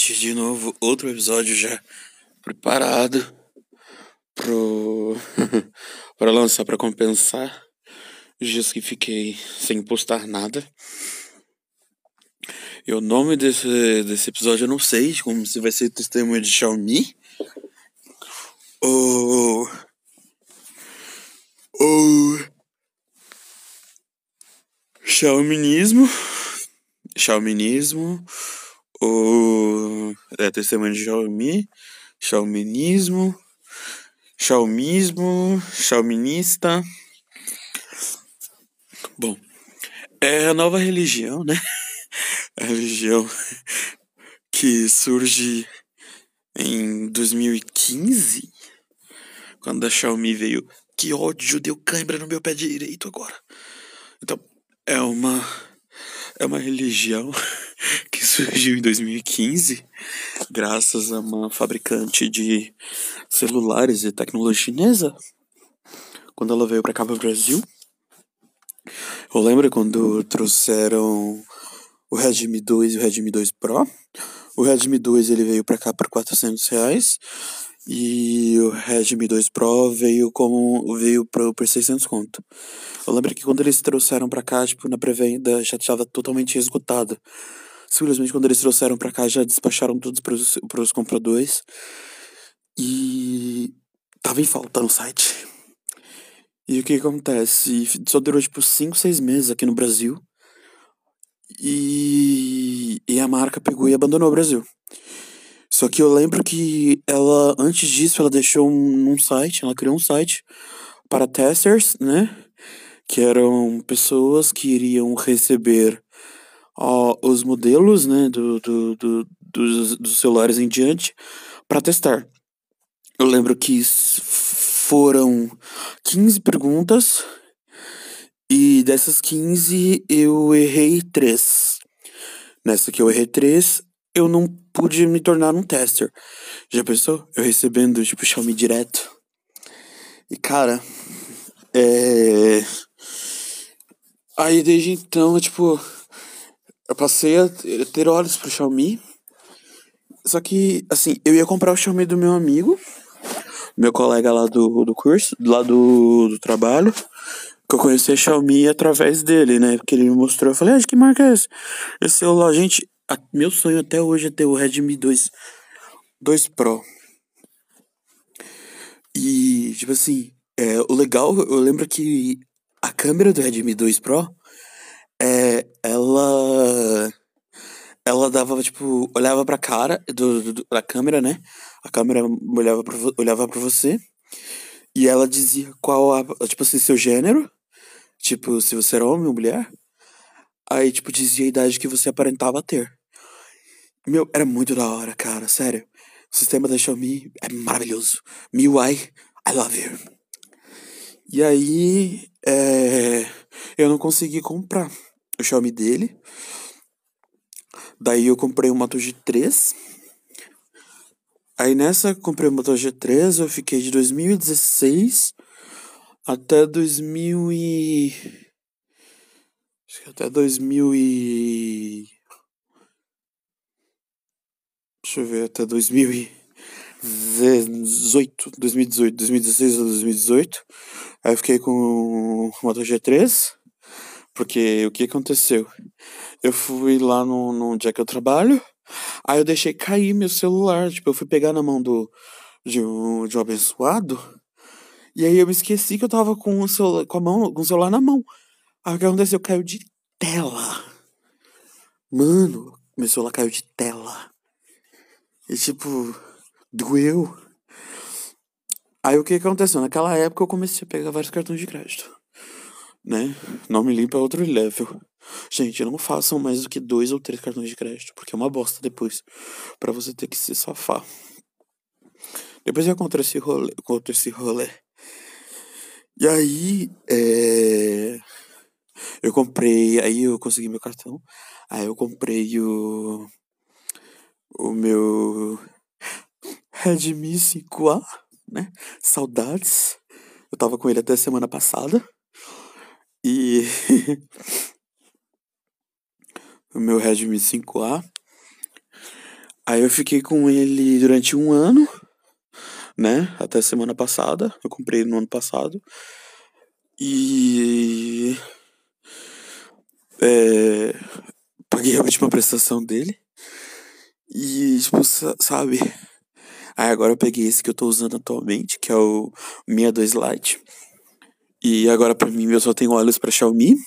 gente, de novo, outro episódio já preparado pro para lançar para compensar os dias que fiquei sem postar nada. E o nome desse episódio eu não sei, como se vai ser testemunho de Xiaomi ou ou Xiaominismo, Xiaominismo ou testemunho de Xiaomi, Xiaominismo, Xiaomismo, Xiaominista. Bom, é a nova religião, né? A religião que surge em 2015, quando a Xiaomi veio. Que ódio, deu cãibra no meu pé direito agora. Então, é uma religião que surgiu em 2015, graças a uma fabricante de celulares e tecnologia chinesa, quando ela veio pra cá pro Brasil. Eu lembro quando trouxeram o Redmi 2 e o Redmi 2 Pro. O Redmi 2 ele veio pra cá por R$400 e o Redmi 2 Pro veio por 600 conto. Eu lembro que quando eles trouxeram pra cá, tipo, na pré-venda já estava totalmente esgotado. Simplesmente quando eles trouxeram pra cá já despacharam todos pros compradores e tava em falta no site. E o que acontece? Só durou tipo 5, 6 meses aqui no Brasil. E a marca pegou e abandonou o Brasil. Só que eu lembro que ela, antes disso, ela deixou um site, ela criou um site para testers, né? Que eram pessoas que iriam receber os modelos, né, dos celulares em diante para testar. Eu lembro que foram 15 perguntas e dessas 15 eu errei 3. Nessa que eu errei 3, eu não pude me tornar um tester. Já pensou? Eu recebendo, tipo, Xiaomi direto. E, cara, Aí, desde então, tipo, eu passei a ter olhos pro Xiaomi. Só que, assim, eu ia comprar o Xiaomi do meu amigo, meu colega lá do curso, lá do trabalho, que eu conheci a Xiaomi através dele, né? Porque ele me mostrou, eu falei, que marca é essa? Esse celular, gente, meu sonho até hoje é ter o Redmi 2 Pro. E, tipo assim, o legal, eu lembro que a câmera do Redmi 2 Pro, ela dava, tipo, olhava pra cara da câmera, né? A câmera olhava pra você e ela dizia tipo assim, seu gênero, tipo, se você era homem ou mulher, aí, tipo, dizia a idade que você aparentava ter. Meu, era muito da hora, cara, sério. O sistema da Xiaomi é maravilhoso. MIUI, I love you. E aí, eu não consegui comprar o Xiaomi dele. Daí eu comprei um Moto G3. Aí nessa comprei o Moto G3, eu fiquei de 2016 até 2000 e... Acho que até 2000 e... Deixa eu ver, até 2016 ou 2018. Aí eu fiquei com o Moto G3, porque o que aconteceu? Eu fui lá no dia que eu trabalho, aí eu deixei cair meu celular, tipo, eu fui pegar na mão de um abençoado, e aí eu me esqueci que eu tava com o celular, com o celular na mão. Aí o que aconteceu? Caiu de tela. Mano, meu celular caiu de tela. E tipo, doeu. Aí o que aconteceu? Naquela época eu comecei a pegar vários cartões de crédito, né? Não me limpa outro level. Gente, não façam mais do que 2 ou 3 cartões de crédito, porque é uma bosta depois, pra você ter que se safar. Depois eu conto esse rolê. E aí, aí eu consegui meu cartão, aí eu comprei o meu Redmi 5A, né? Saudades. Eu tava com ele até semana passada. E o meu Redmi 5A. Aí eu fiquei com ele durante um ano, né? Até semana passada. Eu comprei no ano passado. E é, paguei a última prestação dele. E, tipo, sabe? Aí agora eu peguei esse que eu tô usando atualmente, que é o Mi A2 Lite. E agora pra mim eu só tenho olhos pra Xiaomi.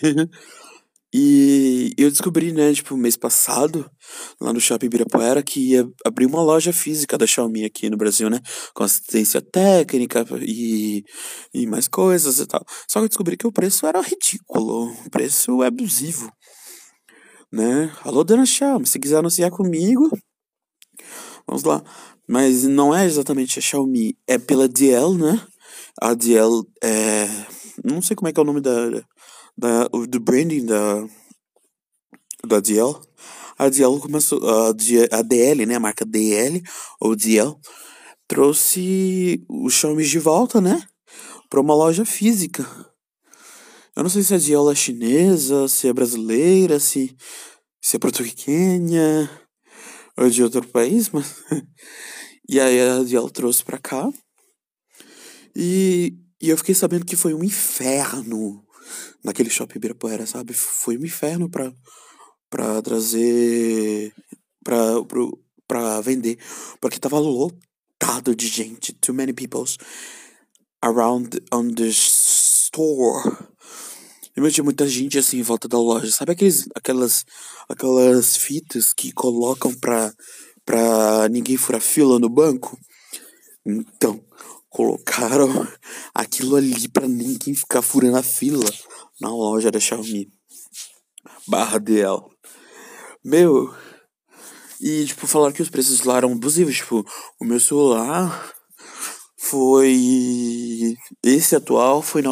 E eu descobri, né, tipo, mês passado, lá no Shopping Ibirapuera, que ia abrir uma loja física da Xiaomi aqui no Brasil, né? Com assistência técnica e mais coisas e tal. Só que eu descobri que o preço era ridículo. O preço é abusivo, né? Alô, dona Xiaomi, se quiser anunciar comigo, vamos lá. Mas não é exatamente a Xiaomi, é pela DL, né? A DL é. Não sei como é que é o nome do branding da DL. A DL começou. A DL, né? A marca DL ou DL trouxe os Xiaomi de volta, né? Pra uma loja física. Eu não sei se a DL é chinesa, se é brasileira, se é porto-riquenha ou de outro país, mas. E aí a DL trouxe pra cá. E eu fiquei sabendo que foi um inferno naquele shopping Ibirapuera, sabe? Foi um inferno pra trazer. Pra vender. Porque tava lotado de gente. Too many peoples around on the store. E tinha muita gente assim em volta da loja. Sabe aquelas fitas que colocam pra ninguém furar fila no banco? Então, colocaram aquilo ali pra ninguém ficar furando a fila na loja da Xiaomi. Barra DL. Meu, e tipo, falaram que os preços lá eram abusivos. Tipo, o meu celular foi. Esse atual foi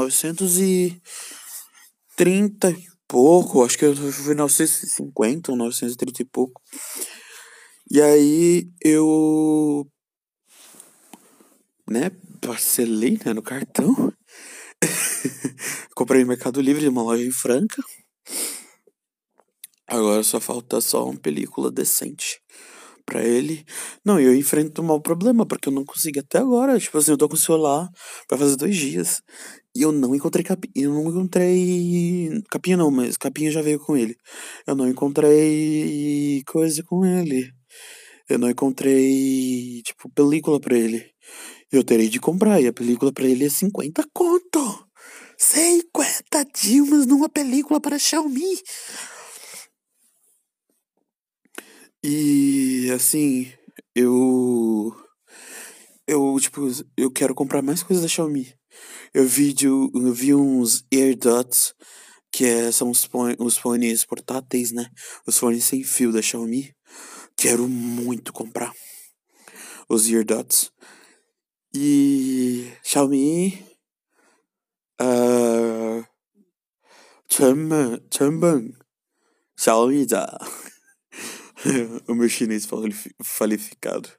930 e pouco. Acho que foi 950 ou 930 e pouco. E aí eu, né, parcelei, né, no cartão. Comprei no Mercado Livre, uma loja em Franca. Agora só uma película decente pra ele. Não, eu enfrento um mau problema, porque eu não consegui até agora. Tipo assim, eu tô com o celular pra fazer 2 dias. E eu não encontrei capinha. Eu não encontrei. Capinha não, mas capinha já veio com ele. Eu não encontrei coisa com ele. Eu não encontrei, tipo, película pra ele. Eu terei de comprar. E a película pra ele é 50 conto. 50 Dilmas numa película para Xiaomi. E assim, eu. Tipo, eu quero comprar mais coisas da Xiaomi. Eu vi uns AirDots, são os fones portáteis, né? Os fones sem fio da Xiaomi. Quero muito comprar os AirDots. E Xiaomi. Uh, 成本 Xiaomi 的 o meu chinês qualificado.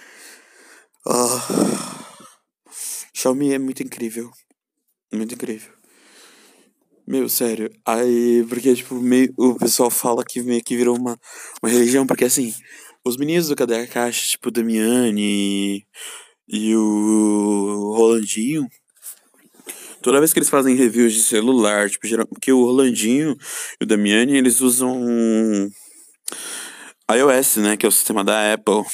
Ah, Xiaomi é muito incrível. Muito incrível. Meu, sério. Aí, porque, tipo, o pessoal fala que meio que virou uma religião, porque, assim, os meninos do Cadê a Caixa, tipo, o Damiani e o Rolandinho, toda vez que eles fazem reviews de celular, tipo, porque o Rolandinho e o Damiani, eles usam iOS, né, que é o sistema da Apple.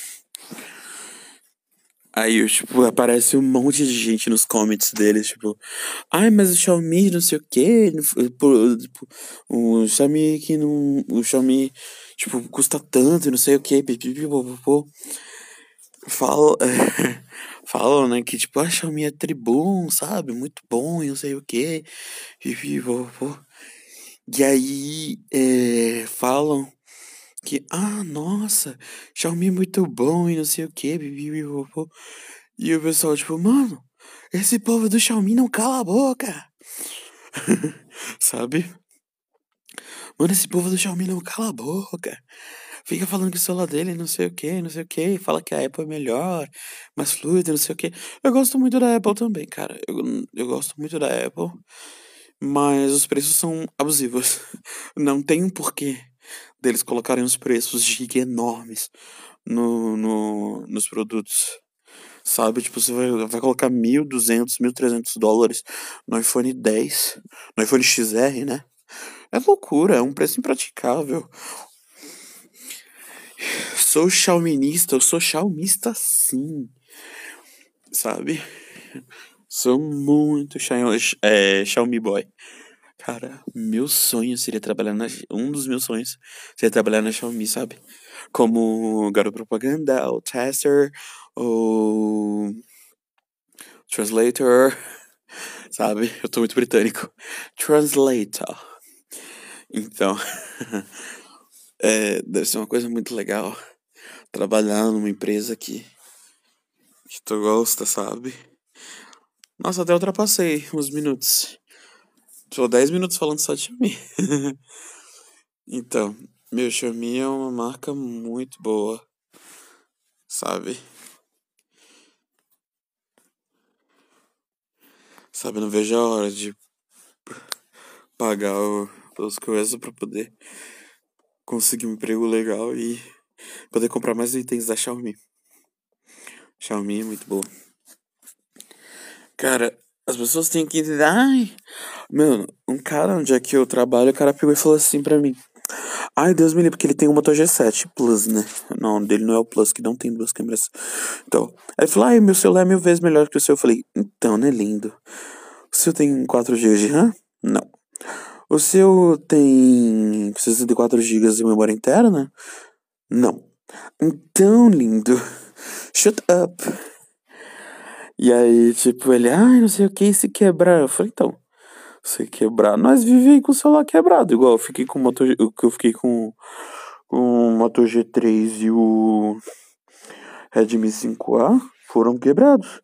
Aí, tipo, aparece um monte de gente nos comments deles, tipo, ai, mas o Xiaomi não sei o quê, tipo, o Xiaomi que não, o Xiaomi, tipo, custa tanto e não sei o quê, pipipipopopô. Falam, falam, né, que, tipo, a Xiaomi é tribom, sabe, muito bom e não sei o quê, pipipipopopô. E aí, falam que, nossa, Xiaomi é muito bom e não sei o quê, pipipipopopô. E o pessoal, tipo, mano, esse povo do Xiaomi não cala a boca. Sabe? Mano, esse povo do Xiaomi não cala a boca. Fica falando que o celular dele não sei o que, não sei o que. Fala que a Apple é melhor, mais fluida, não sei o que. Eu gosto muito da Apple também, cara. Eu gosto muito da Apple. Mas os preços são abusivos. Não tem um porquê deles colocarem uns preços giga enormes nos produtos. Sabe? Tipo, você vai colocar 1.200, US$ 1.300 no iPhone 10, no iPhone XR, né? É loucura, é um preço impraticável. Sou xiaominista, eu sou xiaomista sim, sabe? Sou muito Xiaomi boy. Cara, meu sonho seria trabalhar na. Um dos meus sonhos seria trabalhar na Xiaomi, sabe? Como garoto propaganda, ou tester, ou translator, sabe? Eu tô muito britânico. Translator. Então, deve ser uma coisa muito legal trabalhar numa empresa que tu gosta, sabe? Nossa, até ultrapassei uns minutos. Tô 10 minutos falando só de Xiaomi. Então, meu Xiaomi é uma marca muito boa, sabe? Sabe, não vejo a hora de pagar as coisas pra poder conseguir um emprego legal e poder comprar mais itens da Xiaomi. Xiaomi é muito boa. Cara, as pessoas têm que entender. Ai, mano, um cara onde é que eu trabalho, o cara pegou e falou assim pra mim. Ai, Deus me livre, porque ele tem um Moto G7 Plus, né? Não, dele não é o Plus, que não tem duas câmeras. Então, aí ele falou, ai, meu celular é 1.000 vezes melhor que o seu. Eu falei, então, né, lindo? O seu tem 4 GB de RAM? Não. O seu tem 64 GB de memória interna? Não. Então, lindo, shut up. E aí, tipo, ele, ai, não sei o que, se quebrar. Eu falei, então, se quebrar, nós vivemos com o celular quebrado. Igual eu fiquei com o eu fiquei com o Moto G3 e o Redmi 5A foram quebrados.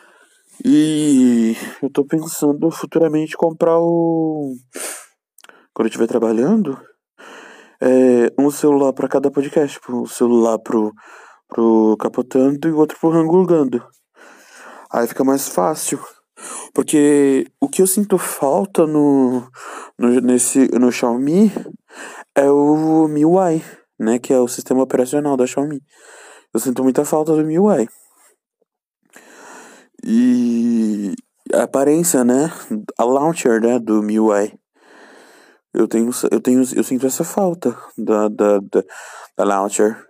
E eu tô pensando futuramente comprar quando eu estiver trabalhando, um celular pra cada podcast. Tipo, um celular pro Capotando e outro pro Rangulgando. Aí fica mais fácil. Porque o que eu sinto falta no Xiaomi é o MIUI, né? Que é o sistema operacional da Xiaomi. Eu sinto muita falta do MIUI. E a aparência, né? A launcher, né? Do MIUI. Eu sinto essa falta da launcher.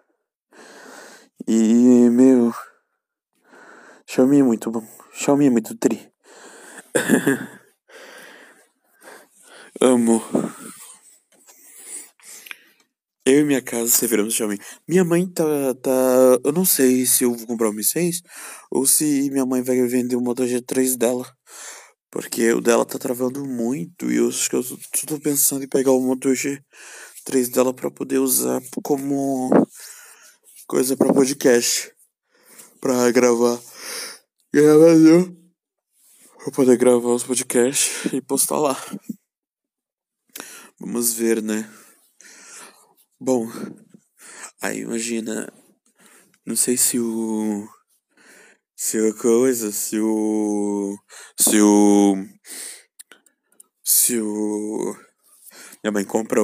E, meu, Xiaomi é muito bom. Xiaomi é muito tri. Amo. Eu e minha casa serviremos Xiaomi. Minha mãe tá. Eu não sei se eu vou comprar o Mi 6 ou se minha mãe vai vender o Moto G3 dela. Porque o dela tá travando muito e eu acho que eu tô pensando em pegar o Moto G3 dela pra poder usar como coisa pra podcast. Pra gravar. Gravador. Pra poder gravar os podcasts e postar lá. Vamos ver, né? Bom, aí imagina. Não sei se o. Se a coisa. Se o. Se o. Minha mãe compra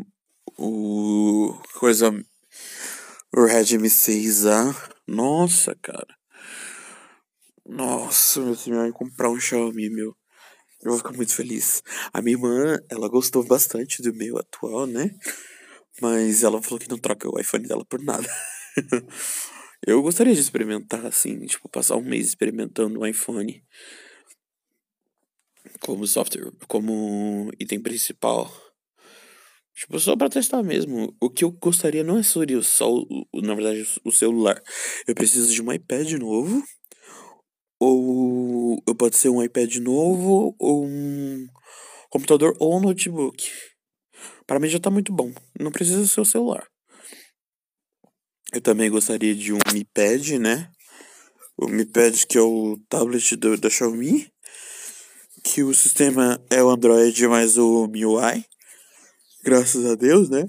o. Coisa. O Redmi 6A. Nossa, cara. Nossa, se minha mãe comprar um Xiaomi, meu. Eu vou ficar muito feliz. A minha irmã, ela gostou bastante do meu atual, né? Mas ela falou que não troca o iPhone dela por nada. Eu gostaria de experimentar, assim, tipo, passar um mês experimentando o iPhone como software, como item principal. Tipo, só pra testar mesmo. O que eu gostaria não é só, na verdade, o celular. Eu preciso de um iPad novo, ou pode ser um iPad novo, ou um computador ou um notebook. Para mim já tá muito bom. Não precisa ser o celular. Eu também gostaria de um Mi Pad, né? O Mi Pad que é o tablet da Xiaomi. Que o sistema é o Android mais o MIUI. Graças a Deus, né?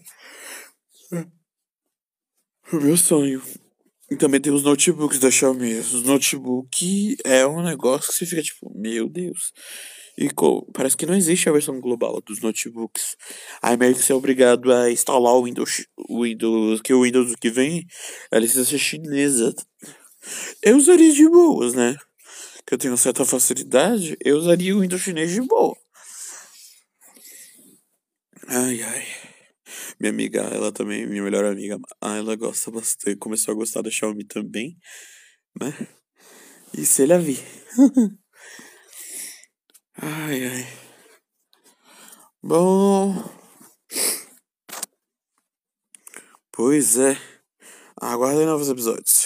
O meu sonho. E também tem os notebooks da Xiaomi. Os notebooks é um negócio que você fica tipo, meu Deus. E parece que não existe a versão global dos notebooks. Aí meio que você é obrigado a instalar o Windows que vem é a licença chinesa. Eu usaria de boas, né? Que eu tenho certa facilidade, eu usaria o Windows chinês de boa. Ai, ai. Minha amiga, ela também, minha melhor amiga, ela gosta bastante, começou a gostar da Xiaomi também, né? E se ele vir. Ai, ai. Bom, pois é. Aguardem novos episódios.